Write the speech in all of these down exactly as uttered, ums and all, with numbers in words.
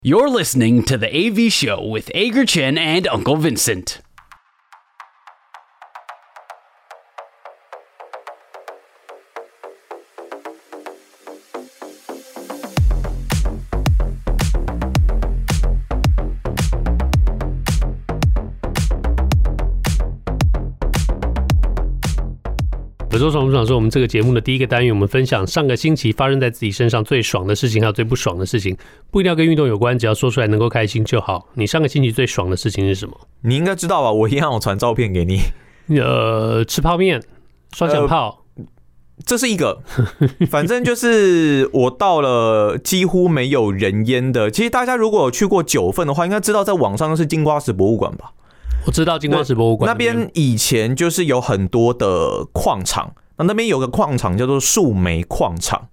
You're listening to The A V Show with Ager Chen and Uncle Vincent. 有时候爽不爽是我们这个节目的第一个单元，我们分享上个星期发生在自己身上最爽的事情还有最不爽的事情，不一定要跟运动有关，只要说出来能够开心就好。你上个星期最爽的事情是什么？ 你应该知道吧，我一样有传照片给你。 呃，吃泡面，双响炮、呃、 这是一个反正就是我到了几乎没有人烟的，其实大家如果有去过九份的话应该知道在网上是金瓜石博物馆吧。 我知道金瓜石博物馆那边以前就是有很多的矿场，那边有个矿场叫做树莓矿场。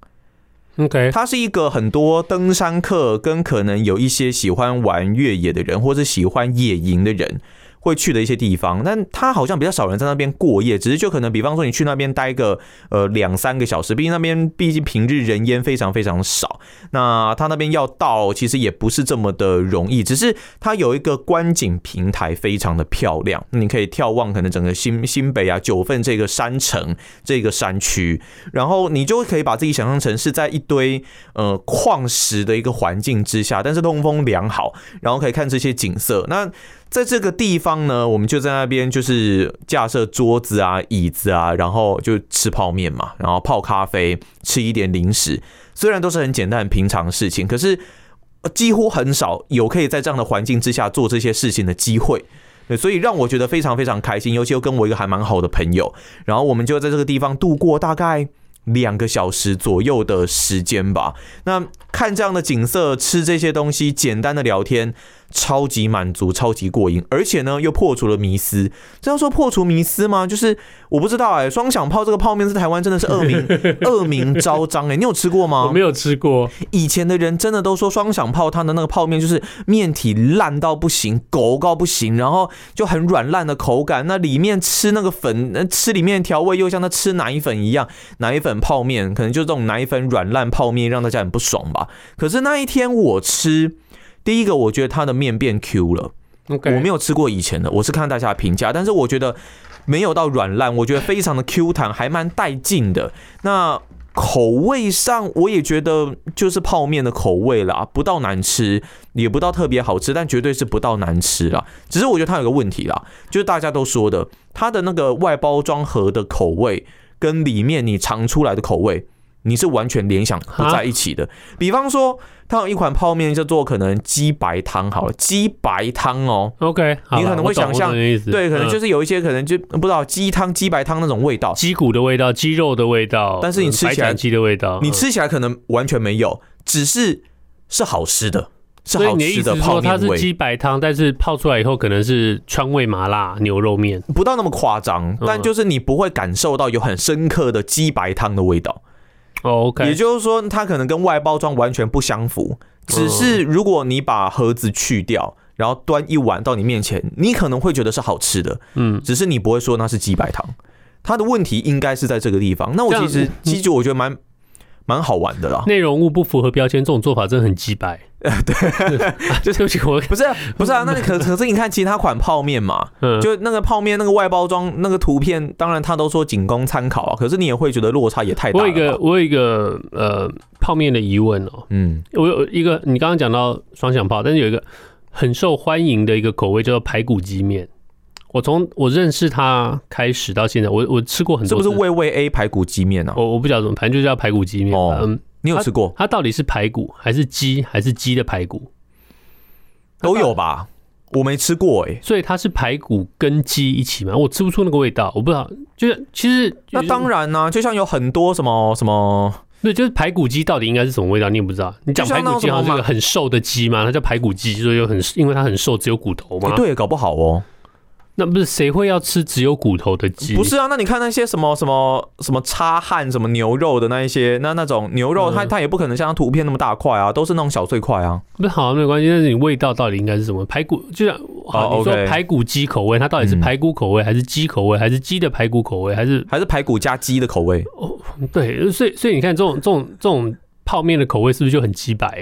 OK， 它是一个很多登山客跟可能有一些喜欢玩越野的人，或是喜欢野营的人会去的一些地方，但它好像比较少人在那边过夜，只是就可能比方说你去那边待个呃两三个小时，毕竟那边毕竟平日人烟非常非常少，那它那边要到其实也不是这么的容易，只是它有一个观景平台非常的漂亮，你可以眺望可能整个新新北啊九份这个山城这个山区，然后你就可以把自己想象成是在一堆呃矿石的一个环境之下，但是通风良好，然后可以看这些景色。那在这个地方呢，我们就在那边就是架设桌子啊、椅子啊，然后就吃泡面嘛，然后泡咖啡，吃一点零食。虽然都是很简单、很平常的事情，可是几乎很少有可以在这样的环境之下做这些事情的机会。对，所以让我觉得非常非常开心，尤其又跟我一个还蛮好的朋友，然后我们就在这个地方度过大概两个小时左右的时间吧。那看这样的景色，吃这些东西，简单的聊天，超级满足，超级过瘾，而且呢又破除了迷思。这样说破除迷思吗？就是我不知道哎、欸，双响炮这个泡面是台湾真的是恶名恶名昭彰哎、欸，你有吃过吗？ 我没有吃过。 以前的人真的都说双响炮它的那个泡面就是面体烂到不行，狗到不行，然后就很软烂的口感，那里面吃那个粉，吃里面调味又像在吃奶粉一样，奶粉泡面可能就这种奶粉软烂泡面让大家很不爽吧。可是那一天我吃，第一个我觉得它的面变 Q 了、okay. 我没有吃过以前的，我是看大家的评价，但是我觉得没有到软烂，我觉得非常的 Q 弹，还蛮带劲的。那口味上我也觉得就是泡面的口味啦，不到难吃，也不到特别好吃，但绝对是不到难吃啦。只是我觉得它有个问题啦，就是大家都说的，它的那个外包装盒的口味跟里面你尝出来的口味你是完全联想不在一起的。比方说它有一款泡面叫做可能鸡白汤好了，鸡白汤哦 ，OK， 你可能会想象，对，可能就是有一些可能就不知道鸡汤、鸡白汤那种味道， 鸡骨的味道、鸡肉的味道， 但是你吃起来鸡的味道， 你吃起来可能完全没有，只是是好吃的，是好吃的泡面味。 它是鸡白汤，但是泡出来以后可能是川味麻辣牛肉面， 不到那么夸张，但就是你不会感受到有很深刻的鸡白汤的味道。 Oh, OK， 也就是说，它可能跟外包装完全不相符。只是如果你把盒子去掉，然后端一碗到你面前，你可能会觉得是好吃的。嗯，只是你不会说那是鸡白汤。它的问题应该是在这个地方。那我其实其实我觉得蛮蛮好玩的啦。 内容物不符合标签，这种做法真的很鸡白。 对，就对不起，我不是不是啊，那可可是你看其他款泡面嘛，嗯、就那个泡面那个外包装那个图片，当然他都说仅供参考啊，可是你也会觉得落差也太大了吧。 我有一个我有一个呃泡面的疑问哦，嗯，我有一个你刚刚讲到双响炮，但是有一个很受欢迎的一个口味叫做排骨鸡面。我从我认识它开始到现在，我我吃过很多次。 是不是味味 A 排骨鸡面啊？ 我我不晓得怎么，反正就叫排骨鸡面。哦、嗯。 你有吃过？ 它到底是排骨还是鸡还是鸡的排骨？ 都有吧？我没吃过哎、欸。 所以它是排骨跟鸡一起吗？我吃不出那个味道，我不知道。就是其实、就是、 那当然呢、啊，就像有很多什么什么， 对，就是排骨鸡到底应该是什么味道，你也不知道。你讲排骨鸡好像是一个很瘦的鸡嘛，它叫排骨鸡，所以很因为它很瘦，只有骨头嘛。 欸、对，搞不好哦。 那不是谁会要吃只有骨头的鸡？ 不是啊，那你看那些什么什么什么插汉什么牛肉的那一些，那那种牛肉它、嗯、它也不可能像图片那么大块啊，都是那种小碎块啊。 不是好，没有关系，但是你味道到底应该是什么？排骨就像好、哦，你说排骨鸡口味，它到底是排骨口味、嗯、还是鸡口味，还是鸡的排骨口味，还是还是排骨加鸡的口味？ 哦，对，所以所以你看这种这种这种泡面的口味是不是就很鸡白啊？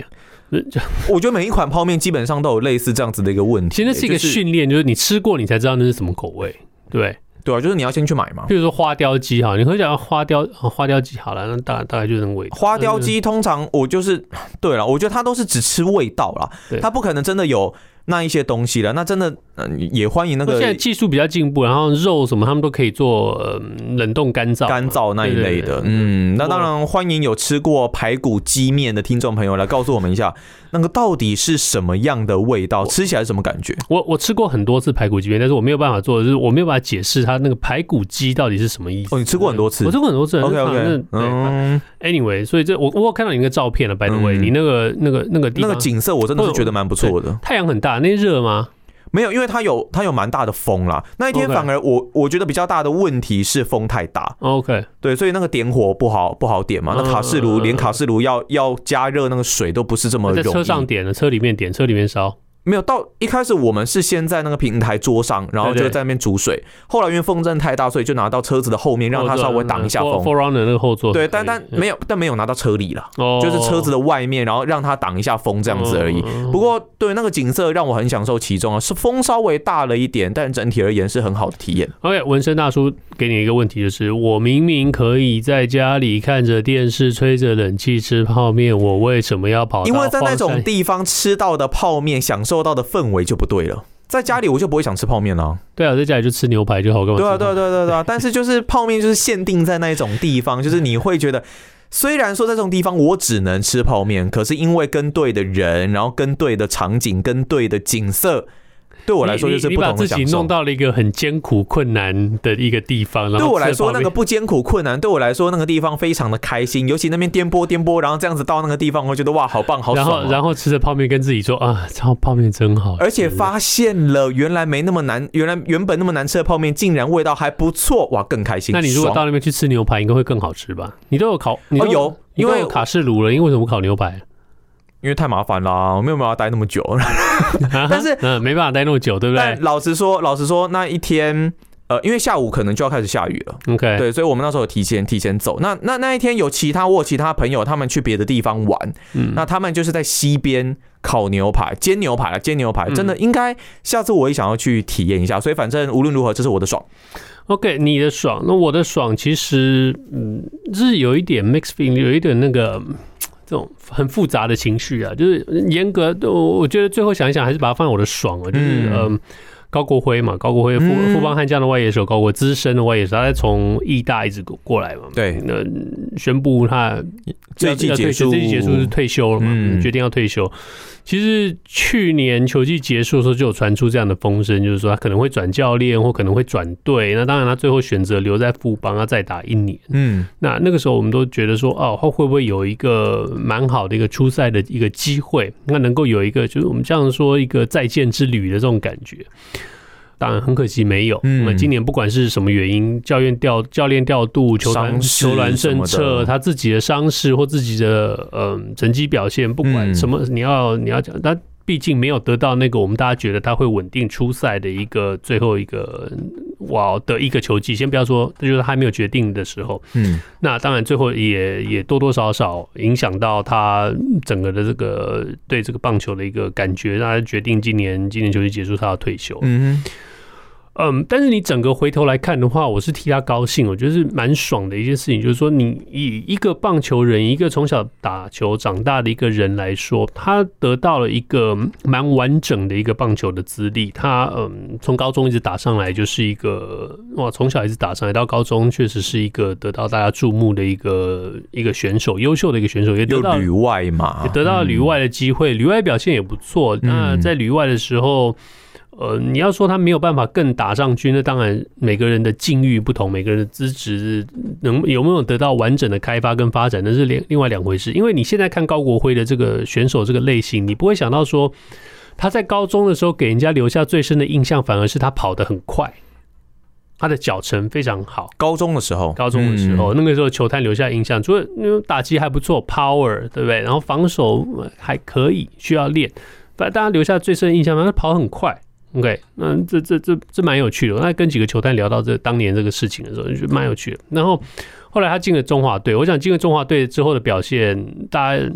我觉得每一款泡面基本上都有类似这样子的一个问题。 其实那是一个训练，就是你吃过你才知道那是什么口味，对不对？ 对啊，就是你要先去买嘛。 比如说花雕鸡哈，你会讲花雕花雕鸡好了，那大大概就是味道。 花雕鸡通常我就是对了，我觉得它都是只吃味道啦，它不可能真的有那一些东西了。那真的、呃、也欢迎那个现在技术比较进步，然后肉什么他们都可以做、呃、冷冻干燥干燥那一类的。对对对嗯，那当然欢迎有吃过排骨鸡面的听众朋友来告诉我们一下，那个到底是什么样的味道，吃起来是什么感觉？ 我我吃过很多次排骨鸡面，但是我没有办法做，就是我没有办法解释它那个排骨鸡到底是什么意思。 哦，你吃过很多次？ 我吃过很多次。 OK OK。 嗯 ，Anyway， 所以这我我有看到你那个照片了 ，by the way，、嗯、你那个那个那个地方那个景色，我真的是觉得蛮不错的。 太阳很大，那热吗？ 没有，因为它有它有蛮大的风啦。那一天反而我、okay. 我觉得比较大的问题是风太大。 OK， 对，所以那个点火不好不好点嘛。那卡式炉、嗯、连卡式炉要要加热那个水都不是这么容易。 在车上点的，车里面点，车里面烧。 没有到一开始我们是先在那个平台桌上，然后就在那边煮水。对对后来因为风真的太大，所以就拿到车子的后面，让它稍微挡一下风。 Forerunner 那个后座。 对，但但没有，但没有拿到车里了、哦，就是车子的外面，然后让它挡一下风这样子而已。哦、不过对那个景色让我很享受其中啊，是风稍微大了一点，但整体而言是很好的体验。 OK， 纹身大叔给你一个问题，就是我明明可以在家里看着电视、吹着冷气吃泡面，我为什么要跑到？ 因为在那种地方吃到的泡面，享受到的氛围就不对了，在家里我就不会想吃泡面了。 对啊，在家里就吃牛排就好，干嘛？ 对啊，对啊，对啊，对啊。对啊但是就是泡面就是限定在那一种地方，就是你会觉得，虽然说在这种地方我只能吃泡面，可是因为跟对的人，然后跟对的场景，跟对的景色。对我来说就是不同的享受。 你把自己弄到了一个很艰苦困难的一个地方，然后对我来说那个不艰苦困难，对我来说那个地方非常的开心，尤其那边颠簸颠簸，然后这样子到那个地方，我觉得哇，好棒，好爽、啊。 然后然后吃着泡面跟自己说啊，这泡面真好， 而且发现了原来没那么难，原来原本那么难吃的泡面，竟然味道还不错，哇，更开心。 那你如果到那边去吃牛排，应该会更好吃吧？你都有烤，你都有、哦、有，因为有卡式炉了，因为为什么不烤牛排？ 因为太麻烦啦，我没有办法待那么久。但是嗯，没办法待那么久，对不对？ 但老实说，老实说，那一天，呃，因为下午可能就要开始下雨了。 OK， 对，所以我们那时候有提前提前走。那那那一天有其他我有其他朋友，他们去别的地方玩，嗯、那他们就是在溪边烤牛排、煎牛排了，煎牛排，真的应该下次我也想要去体验一下。所以反正无论如何，这是我的爽。 OK， 你的爽，那我的爽其实嗯是有一点 mixed feeling， 有一点那个。这种很复杂的情绪啊，就是严格，我觉得最后想一想，还是把它放在我的爽啊，就是嗯、呃，高国辉嘛，高国辉富富邦悍将的外野手，高国资深的外野手，他从义大一直过来嘛， 对， 那宣布他这一季结束， 这一季结束是退休了嘛，嗯、决定要退休。其实去年球季结束的时候就有传出这样的风声，就是说他可能会转教练或可能会转队。那当然他最后选择留在富邦，他再打一年。嗯，那那个时候我们都觉得说，哦，他会不会有一个蛮好的一个出赛的一个机会？那能够有一个就是我们这样说一个再见之旅的这种感觉。当然很可惜没有。嗯，今年不管是什么原因，教练调教练调度、球团球团政策，他自己的伤势或自己的呃成绩表现，不管什么，你要你要讲，他毕竟没有得到那个我们大家觉得他会稳定出赛的一个最后一个哇的一个球季。先不要说，就是还没有决定的时候，嗯，那当然最后也也多多少少影响到他整个的这个对这个棒球的一个感觉，让他决定今年今年球季结束他要退休。嗯。嗯，但是你整个回头来看的话，我是替他高兴，我觉得是蛮爽的一件事情。就是说，你以一个棒球人，一个从小打球长大的一个人来说，他得到了一个蛮完整的一个棒球的资历。他嗯，从高中一直打上来，就是一个哇，从小一直打上来到高中，确实是一个得到大家注目的一个一个选手，优秀的一个选手，也得到旅外嘛， 也得到旅外的机会，旅外表现也不错。那在旅外的时候。呃，你要说他没有办法更打上去，那当然每个人的境遇不同，每个人的资质能有没有得到完整的开发跟发展，那是另外两回事。因为你现在看高国辉的这个选手这个类型，你不会想到说他在高中的时候给人家留下最深的印象，反而是他跑得很快，他的脚程非常好。 高中的时候， 高中的时候，嗯、那个时候球探留下印象，除了打击还不错 ，power 对不对？然后防守还可以，需要练。反正大家留下最深的印象，他跑很快。OK， 那这这这这蛮有趣的。那跟几个球探聊到这当年这个事情的时候，就觉得蛮有趣的。然后后来他进了中华队，我想进了中华队之后的表现，大家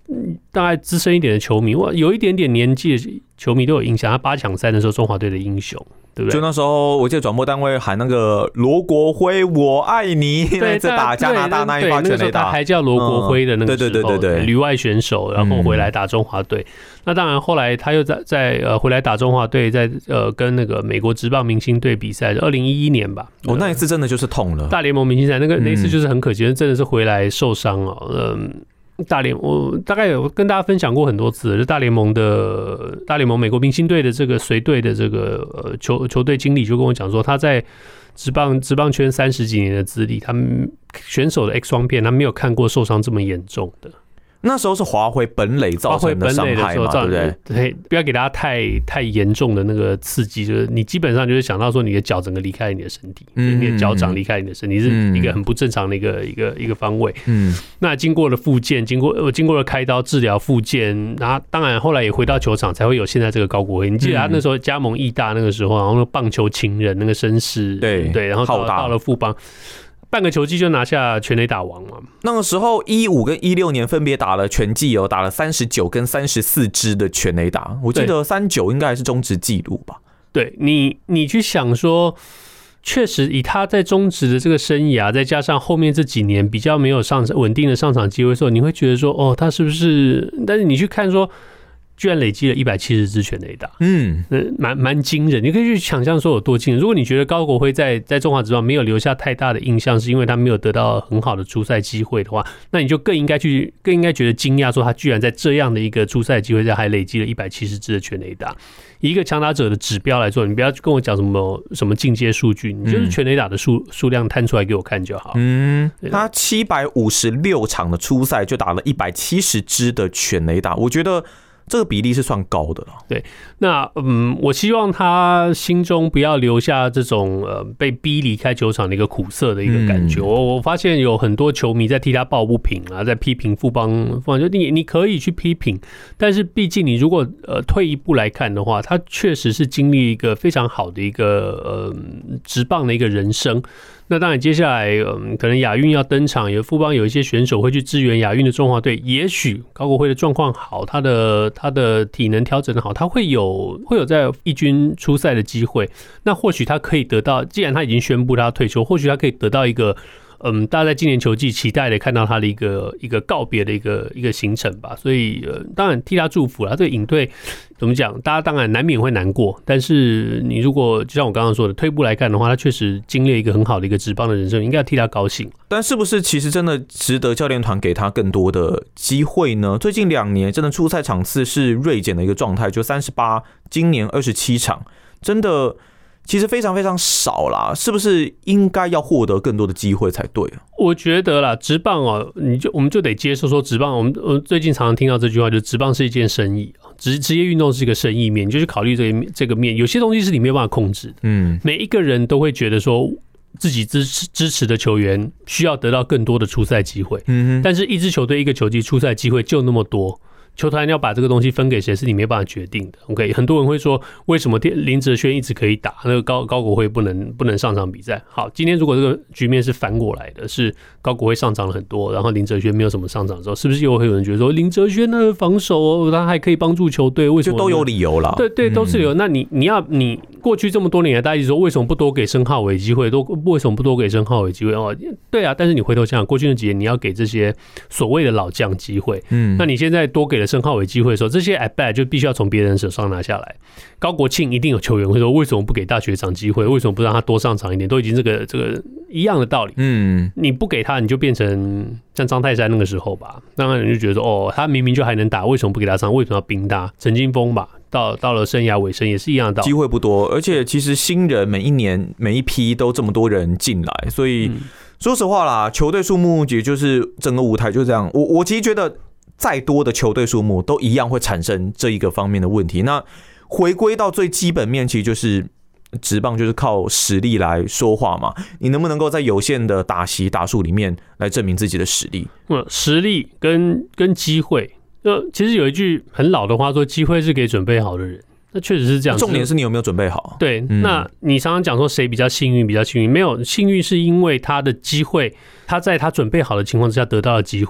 大概资深一点的球迷，哇，有一点点年纪的球迷都有印象，他八强赛的时候中华队的英雄。对不对？ 就那时候，我记得转播单位喊那个罗国辉，我爱你， 对， 在打加拿大那一发全垒打， 他还叫罗国辉的那个时候， 嗯、对对对对对， 旅外选手，然后回来打中华队。嗯、那当然，后来他又在在呃回来打中华队，在呃跟那个美国职棒明星队比赛，二零一一年吧。 哦，那一次真的就是痛了， 大联盟明星赛那个那一次就是很可惜，真的是回来受伤哦，嗯。大联我大概有跟大家分享过很多次，就大联盟的大联盟美国明星队的这个随队的这个呃球球队经理就跟我讲说，他在职棒职棒圈三十几年的资历，他们选手的 X 光片他没有看过受伤这么严重的。 那时候是华辉本垒造成的伤害嘛，对不对？ 对，不要给大家太太严重的那个刺激，就是你基本上就是想到说你的脚整个离开你的身体，嗯、你的脚掌离开你的身体，是一个很不正常的一个、嗯、一个一个方位。嗯，那经过了复健，经过经过了开刀治疗复健，然后当然后来也回到球场，才会有现在这个高国辉。你记得他那时候加盟义大那个时候，然后那棒球情人那个身世， 对对，然后到到了富邦。半个球季就拿下全垒打王嘛。 那个时候一五跟一六年分别打了全季哦，打了三十九跟三十四支的全垒打，我记得三九应该还是中职纪录吧。 对你，你去想说，确实以他在中职的这个生涯，再加上后面这几年比较没有上稳定的上场机会的时候，你会觉得说，哦，他是不是？但是你去看说。居然累积了一百七十支全垒打，嗯，蛮蛮惊人。你可以去想象说有多惊人。如果你觉得高国辉在在中华职棒没有留下太大的印象，是因为他没有得到很好的出赛机会的话，那你就更应该去更应该觉得惊讶，说他居然在这样的一个出赛机会下还累积了一百七十支的全垒打。以一个强打者的指标来做，你不要跟我讲什么什么进阶数据，你就是全垒打的数数量摊出来给我看就好。 嗯，他七百五十六场的出赛就打了一百七十支的全垒打，我觉得。这个比例是算高的了。 对，那嗯，我希望他心中不要留下这种呃被逼离开球场的一个苦涩的一个感觉。嗯、我我发现有很多球迷在替他抱不平啊，在批评富邦，富邦就你你可以去批评，但是毕竟你如果呃退一步来看的话，他确实是经历一个非常好的一个呃职棒的一个人生。那当然，接下来嗯，可能亚运要登场，有富邦有一些选手会去支援亚运的中华队。也许高国辉的状况好，他的他的体能调整的好，他会有会有在一军出赛的机会。那或许他可以得到，既然他已经宣布他要退休，或许他可以得到一个。嗯，大家在今年球季期待的看到他的一个一个告别的一个一个行程吧，所以呃，当然替他祝福啦。这个隐退怎么讲？大家当然难免会难过，但是你如果就像我刚刚说的，退步来看的话，他确实经历了一个很好的一个职棒的人生，应该要替他高兴。 但是不是其实真的值得教练团给他更多的机会呢？最近两年真的出赛场次是锐减的一个状态，就三十八，今年二十七场，真的。其实非常非常少啦，是不是应该要获得更多的机会才对啊？ 我觉得啦，职棒哦，你就我们就得接受说职棒，我们我最近常常听到这句话，就是职棒是一件生意啊，职职业运动是一个生意面，你就去考虑这个这个面，有些东西是你没有办法控制的。嗯，每一个人都会觉得说。自己支持支持的球员需要得到更多的出赛机会，嗯，但是一支球队一个球季出赛机会就那么多。球团要把这个东西分给谁是你没办法决定的。OK， 很多人会说，为什么林哲瑄一直可以打，那个高高国辉不能不能上场比赛？好，今天如果这个局面是反过来的，是高国辉上场了很多，然后林哲瑄没有什么上场的时候，是不是又会有人觉得说，林哲瑄的防守哦，他还可以帮助球队？为什么？ 就都有理由了。 对对，都是理由。嗯、那你你要你过去这么多年来，大家一直说为什么不多给申皓瑋机会？都为什么不多给申皓瑋机会？哦，对啊，但是你回头想想，过去那几年你要给这些所谓的老将机会，嗯，那你现在多给了申皓瑋机会的时候。这些 at bat 就必须要从别人手上拿下来。高国庆一定有球员会说，为什么不给大学长机会？为什么不让他多上场一点？都已经这个这个一样的道理。嗯，你不给他，你就变成像张泰山那个时候吧。当然你就觉得说，哦，他明明就还能打，为什么不给他上？为什么要冰他？陈金锋吧，到到了生涯尾声也是一样的道理， 机会不多，而且其实新人每一年每一批都这么多人进来，所以、嗯、说实话啦，球队数目也就是整个舞台就这样。我我其实觉得。再多的球队数目都一样会产生这一个方面的问题。那回归到最基本面，其实就是职棒就是靠实力来说话嘛。你能不能够在有限的打席打数里面来证明自己的实力？ 嗯，实力跟跟机会。呃，其实有一句很老的话说，机会是给准备好的人。那确实是这样。 重点是你有没有准备好？ 对，嗯、那你常常讲说谁比较幸运，比较幸运，没有幸运是因为他的机会，他在他准备好的情况之下得到了机会。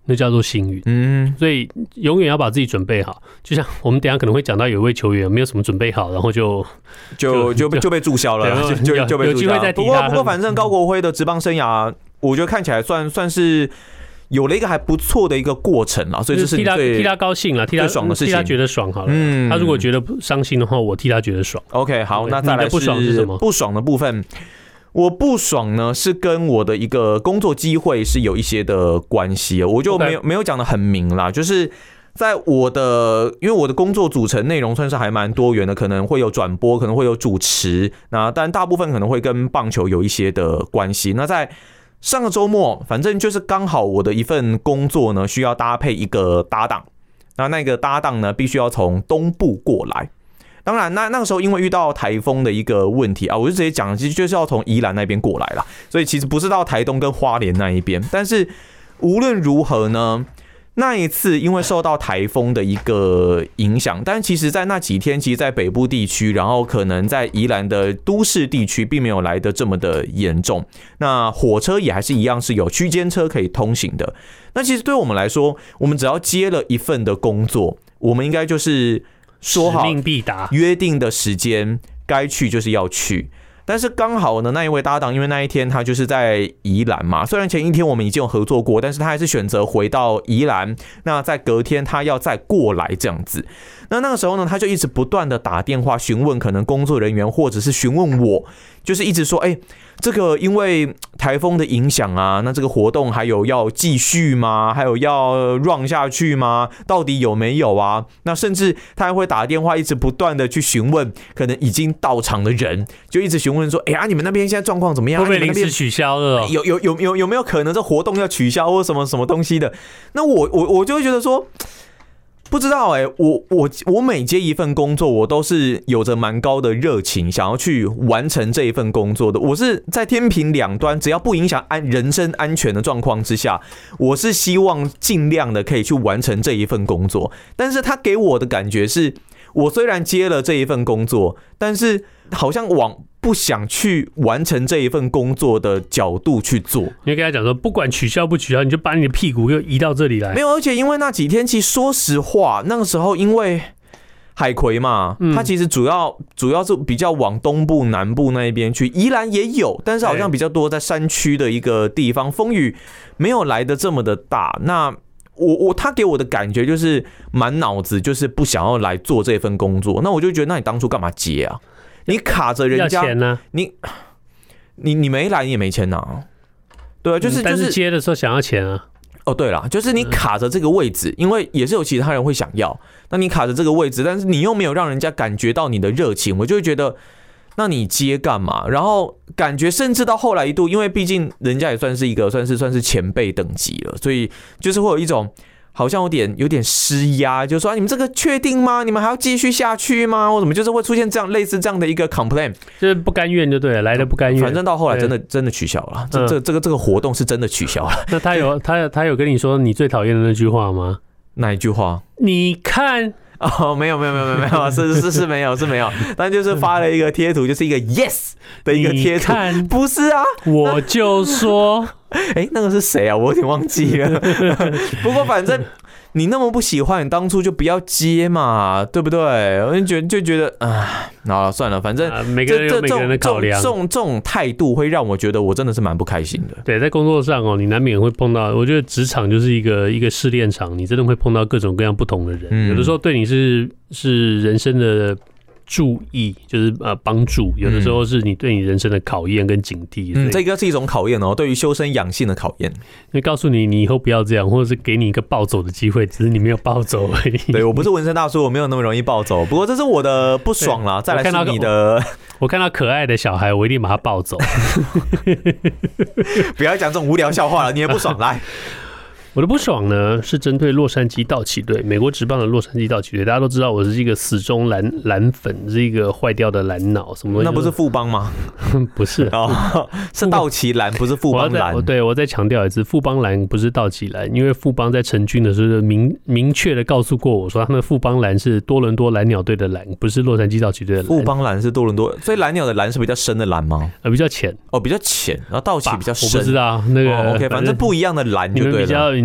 那叫做幸运。嗯，所以永远要把自己准备好。就像我们等一下可能会讲到有一位球员没有什么准备好，然后就就就就被注销了，就就就被注销了。不过不过，反正高国辉的职棒生涯，我觉得看起来算算是有了一个还不错的一个过程啦，所以这是替他替他高兴了，替他爽的事情， 替他觉得爽好了。嗯，他如果觉得伤心的话，我替他觉得爽。 OK， 好，那再来是不爽是什么？ 不爽的部分。我不爽呢，是跟我的一个工作机会是有一些的关系，我就没有没有讲得很明啦，就是在我的，因为我的工作组成内容算是还蛮多元的，可能会有转播，可能会有主持，那但大部分可能会跟棒球有一些的关系。那在上个周末，反正就是刚好我的一份工作呢，需要搭配一个搭档，那那个搭档呢，必须要从东部过来。当然，那那个时候因为遇到台风的一个问题啊，我就直接讲，其实就是要从宜兰那边过来啦，所以其实不是到台东跟花莲那一边。但是无论如何呢，那一次因为受到台风的一个影响，但其实在那几天，其实在北部地区，然后可能在宜兰的都市地区，并没有来得这么的严重。那火车也还是一样是有区间车可以通行的。那其实对我们来说，我们只要接了一份的工作，我们应该就是说好， 使命必达， 约定的时间该去就是要去。但是刚好呢，那一位搭档，因为那一天他就是在宜兰嘛，虽然前一天我们已经有合作过，但是他还是选择回到宜兰。那在隔天他要再过来这样子。那那个时候呢，他就一直不断的打电话询问可能工作人员，或者是询问我，就是一直说，哎、欸，这个因为台风的影响啊，那这个活动还有要继续吗？还有要 run 下去吗？到底有没有啊？那甚至他还会打电话一直不断的去询问可能已经到场的人，就一直询问说，哎、欸、呀，你们那边现在状况怎么样？ 会不会临时取消了、哦？ 有有有有有没有可能这活动要取消或什么什么东西的？那我我我就会觉得说。不知道哎、欸，我我我每接一份工作，我都是有着蛮高的热情，想要去完成这一份工作的。我是在天平两端，只要不影响安人身安全的状况之下，我是希望尽量的可以去完成这一份工作。但是他给我的感觉是，我虽然接了这一份工作，但是好像往不想去完成这一份工作的角度去做。 你就跟他讲说，不管取消不取消，你就把你的屁股又移到这里来。 没有，而且因为那几天，其实说实话，那个时候因为海葵嘛，嗯、它其实主要主要是比较往东部、南部那一边去，宜兰也有，但是好像比较多在山区的一个地方，风雨没有来的这么的大。那我我他给我的感觉就是满脑子就是不想要来做这份工作。那我就觉得，那你当初干嘛接啊？你卡着人家， 呢、 你你你没来，你也没钱拿，对啊，就是、嗯、 但是接的时候想要钱啊。 哦，对了，就是你卡着这个位置，因为也是有其他人会想要，那你卡着这个位置，但是你又没有让人家感觉到你的热情，我就会觉得，那你接干嘛？然后感觉甚至到后来一度，因为毕竟人家也算是一个算是算是前辈等级了，所以就是会有一种。好像有点有点施压，就是说、啊、你们这个确定吗？你们还要继续下去吗？或什么，就是会出现这样类似这样的一个 complaint， 就是不甘愿就对了，来的不甘愿。 反正到后来真的真的取消了，这这这个这个活动是真的取消了。 那他有他他有跟你说你最讨厌的那句话吗？ 哪一句话？ 你看。 哦，没有没有没有没有，是是是没有是没有，但就是发了一个贴图，就是一个 yes 的一个贴图，不是啊， 我就说， 哎、欸，那个是谁啊？我有点忘记了。不过反正你那么不喜欢，你当初就不要接嘛，对不对？我就觉得就觉得啊，好了算了，反正、 啊、每个人有每个人的考量， 这种这种态度会让我觉得我真的是蛮不开心的。 对，在工作上哦，你难免会碰到，我觉得职场就是一个一个试炼场，你真的会碰到各种各样不同的人，嗯、有的时候对你是是人生的注意，就是呃帮助，有的时候是你对你人生的考验跟警惕。 嗯，这个是一种考验哦，对于修身养性的考验。 会告诉你，你以后不要这样，或者是给你一个暴走的机会，只是你没有暴走而已。 对，我不是纹身大叔，我没有那么容易暴走。不过这是我的不爽啦。再来是你的我，我看到可爱的小孩，我一定把他抱走。 不要讲这种无聊笑话了，你也不爽来。 我的不爽呢，是针对洛杉矶道奇队，美国职棒的洛杉矶道奇队。大家都知道，我是一个死忠蓝蓝粉，是一个坏掉的蓝脑，什么？ 那不是富邦吗？ 不是哦，是道奇蓝，不是富邦蓝。 我对我再强调一次，富邦蓝不是道奇蓝，因为富邦在成军的时候明明确的告诉过我说，他们富邦蓝是多伦多蓝鸟队的蓝，不是洛杉矶道奇队的蓝。 富邦蓝是多伦多，所以蓝鸟的蓝是比较深的蓝吗？ 呃，比较浅哦，比较浅，然后道奇比较深。 我不知道那个、 哦、OK， 反正不一样的蓝就对了。 你们比较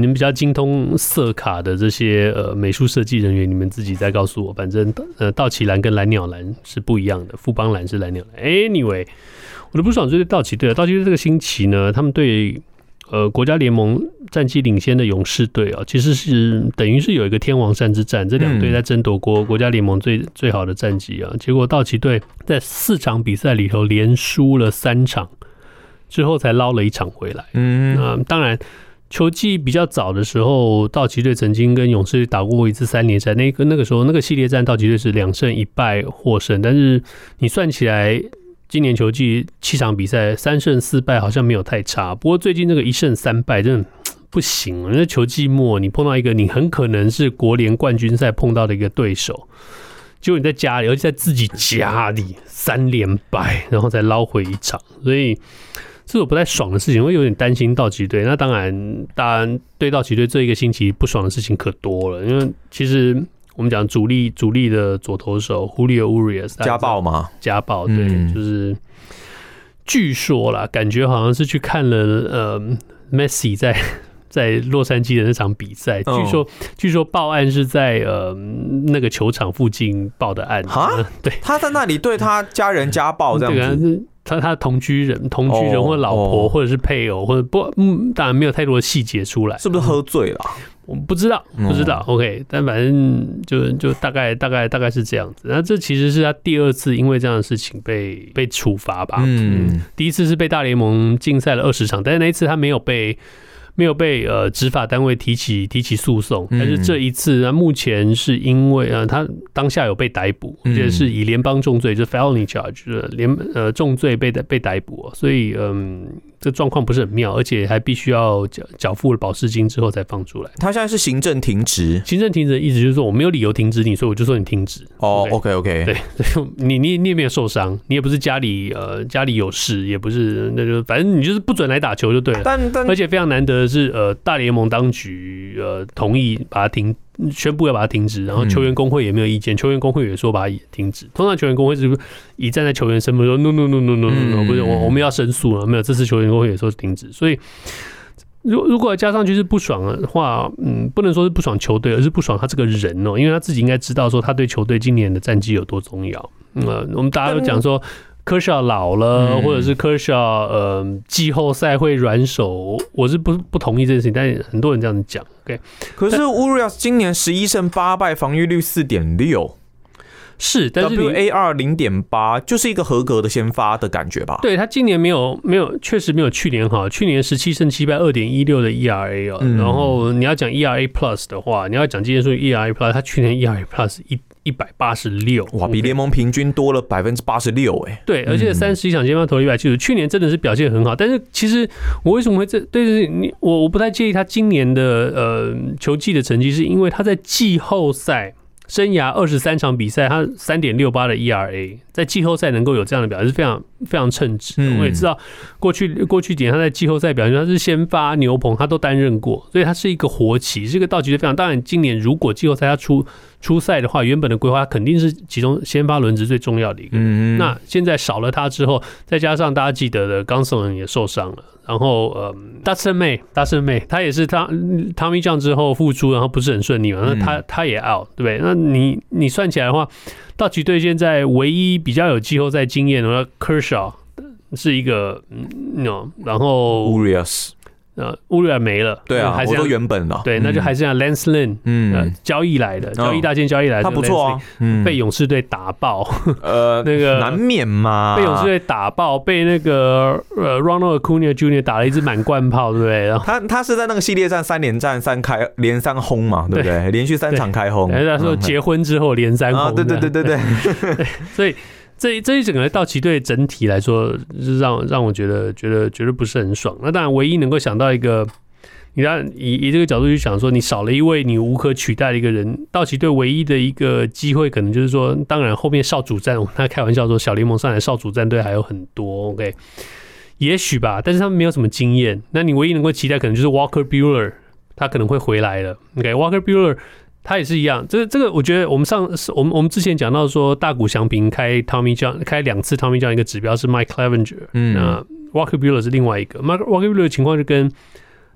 你们比较精通色卡的这些呃美术设计人员，你们自己再告诉我。反正呃，道奇蓝跟蓝鸟蓝是不一样的，富邦蓝是蓝鸟蓝。Anyway， 我的不爽就是道奇队，道奇队这个星期呢，他们对呃国家联盟战绩领先的勇士队啊，其实是等于是有一个天王山之战，这两队在争夺国国家联盟最最好的战绩啊。结果道奇队在四场比赛里头连输了三场，之后才捞了一场回来。嗯，那、呃、当然。球季比较早的时候，道奇队曾经跟勇士队打过一次三连战，那个那个时候那个系列战，道奇队是两胜一败获胜。但是你算起来，今年球季七场比赛三胜四败好像没有太差。不过最近这个一胜三败真的不行，那球季末你碰到一个你很可能是国联冠军赛碰到的一个对手，结果你在家里，而且在自己家里三连败，然后再捞回一场，所以。这是我不太爽的事情，我有点担心道奇队。那当然，当然对道奇队这一个星期不爽的事情可多了，因为其实我们讲主力主力的左投手 Julio Urias 家暴嘛， 家暴对，嗯、就是据说啦，感觉好像是去看了呃 Messi 在在洛杉矶的那场比赛，据说、嗯、据说报案是在呃那个球场附近报的案， 哈，对，他在那里对他家人家暴这样子。 他他同居人、同居人或老婆，或者是配偶，或者不，嗯，当然没有太多的细节出来。 是不是喝醉了？ 我不知道，不知道。嗯、OK， 但反正就就大概大概大概是这样子。那这其实是他第二次因为这样的事情被被处罚吧？嗯，嗯第一次是被大联盟禁赛了二十场，但是那一次他没有被。没有被呃执法单位提起提起诉讼，但是这一次呢，目前是因为呃他当下有被逮捕，而且是以联邦重罪，就是 felony charge 联呃重罪被被逮捕，所以嗯这状况不是很妙，而且还必须要缴缴付了保释金之后才放出来。 他现在是行政停职， 行政停职的意思就是说我没有理由停职你，所以我就说你停职。 哦 ，OK OK， 对，你你你也没有受伤，你也不是家里呃家里有事，也不是那就反正你就是不准来打球就对了。 但但而且非常难得的是，呃，大联盟当局呃同意把它停。宣布要把它停止，然后球员工会也没有意见，球员工会也说把它停止。通常球员工会是以站在球员身份说 no no no no no no， 不是我我们要申诉了，没有，这次球员工会也说停止。所以如如果加上去是不爽的话，嗯，不能说是不爽球队，而是不爽他这个人哦，因为他自己应该知道说他对球队今年的战绩有多重要。嗯，我们大家都讲说。科绍老了，嗯、或者是科绍呃季后赛会软手，我是不不同意这件事情，但是很多人这样子讲。OK， 可是 Urias 今年十一胜八败，防御率四点六， 是，但是 W A R 零点八，就是一个合格的先发的感觉吧？ 对他今年没有没有，确实没有去年好。去年十七胜七败，二点一六的 E R A 哦、嗯。然后你要讲 E R A Plus 的话，你要讲今年说 E R A Plus， 他去年 E R A Plus 一。一百八十六， 哇，比联盟平均多了百分之八十六，哎， 对，而且三十一场先发投了一百七十，去年真的是表现很好。但是其实我为什么会这对你我我不太介意他今年的呃球季的成绩，是因为他在季后赛生涯二十三场比赛，他 三点六八 的 E R A， 在季后赛能够有这样的表现是非常非常称职。嗯、我也知道过去过去几年他在季后赛表现，他是先发牛棚，他都担任过，所以他是一个活棋，是一个道奇队非常。当然，今年如果季后赛他出出赛的话，原本的规划肯定是其中先发轮值最重要的一个。嗯、那现在少了他之后，再加上大家记得的冈森人也受伤了。然后，呃，大圣妹，大圣妹，他也是他 Tommy John 之后复出，然后不是很顺利嘛，那他他也 out， 对不对？那你你算起来的话，道奇队现在唯一比较有季后赛经验的 Kershaw 是一个，嗯 ，no， 然后 Urias。 呃，乌瑞尔没了， 对啊，我都原本了， 对，那就还剩下 Lance Lynn， 嗯、呃，交易来的，交易大件交易来的， 他不错啊， 嗯、被勇士队打爆， 呃，那个难免嘛， 被勇士队打爆，被那个呃 Ronald Acuna Junior 打了一支满贯炮，对不对？然后他他是在那个系列战三连战三开连三轰嘛，对不对？连续三场开轰， 他说结婚之后连三轰、 啊，对对对对对， 对所以。这这一整个道奇队整体来说，是让让我觉得觉得觉得不是很爽。那当然，唯一能够想到一个，你让以以这个角度去想说，你少了一位你无可取代的一个人，道奇队唯一的一个机会，可能就是说，当然后面少主战，我们开玩笑说，小联盟上来少主战队还有很多 ，OK， 也许吧，但是他们没有什么经验。那你唯一能够期待，可能就是 Walker Buehler， 他可能会回来了 ，OK，Walker Buehler。他也是一样，这个这个，我觉得我们上我们我们之前讲到说，大谷翔平开 Tommy John 开两次 Tommy John 一个指标是 Mike Clevenger，嗯，那 Walker Buehler 是另外一个 ，Walker Buehler 的情况就跟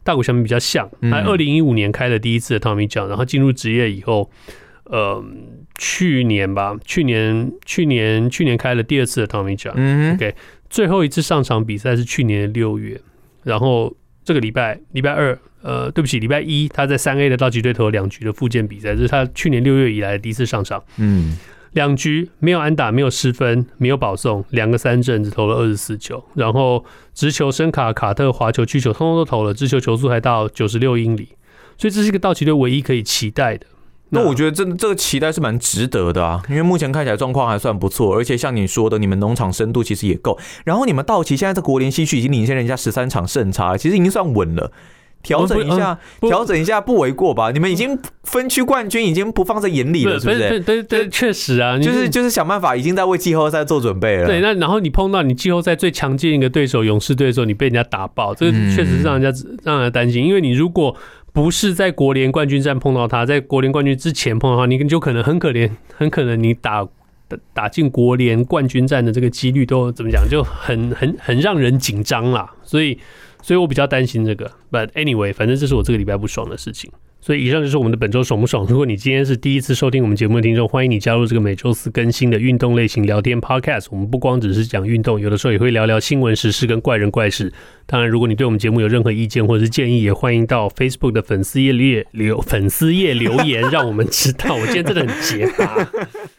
大谷翔平比较像。他二零一五年开了第一次的 Tommy John， 然后进入职业以后，呃，去年吧，去年去年去年开了第二次的 Tommy John，嗯 OK， 最后一次上场比赛是去年的六月，然后这个礼拜礼拜二，呃，对不起，礼拜一他在三 A 的道奇队投了两局的复健比赛，这是他去年六月以来的第一次上场，嗯。两局没有安打，没有失分，没有保送，两个三振，只投了二十四球。然后直球、伸卡、卡特、滑球、曲球，通通都投了，直球球速还到九十六英里，所以这是一个道奇队唯一可以期待的。 那我觉得这这个期待是蛮值得的啊，因为目前看起来状况还算不错，而且像你说的，你们农场深度其实也够，然后你们道奇现在在国联西区已经领先人家十三场胜差了，其实已经算稳了。调整一下，调整一下不为过吧？你们已经分区冠军已经不放在眼里了，是不是？ 对对对，确实啊， 就是就是想办法，已经在为季后赛做准备了。 对，那然后你碰到你季后赛最强劲一个对手勇士队的时候，你被人家打爆，这个确实让人家让人担心。因为你如果不是在国联冠军战碰到他，在国联冠军之前碰到他，你就可能很可怜，很可能你打打进国联冠军战的这个几率都怎么讲，就很很很让人紧张啦。所以。所以我比较担心这个 ，But anyway， 反正这是我这个礼拜不爽的事情。所以以上就是我们的本周爽不爽。如果你今天是第一次收听我们节目的听众，欢迎你加入这个每周四更新的运动类型聊天 Podcast。我们不光只是讲运动，有的时候也会聊聊新闻时事跟怪人怪事。当然，如果你对我们节目有任何意见或者是建议，也欢迎到 Facebook 的粉丝页留粉丝页留言，让我们知道。我今天真的很结巴。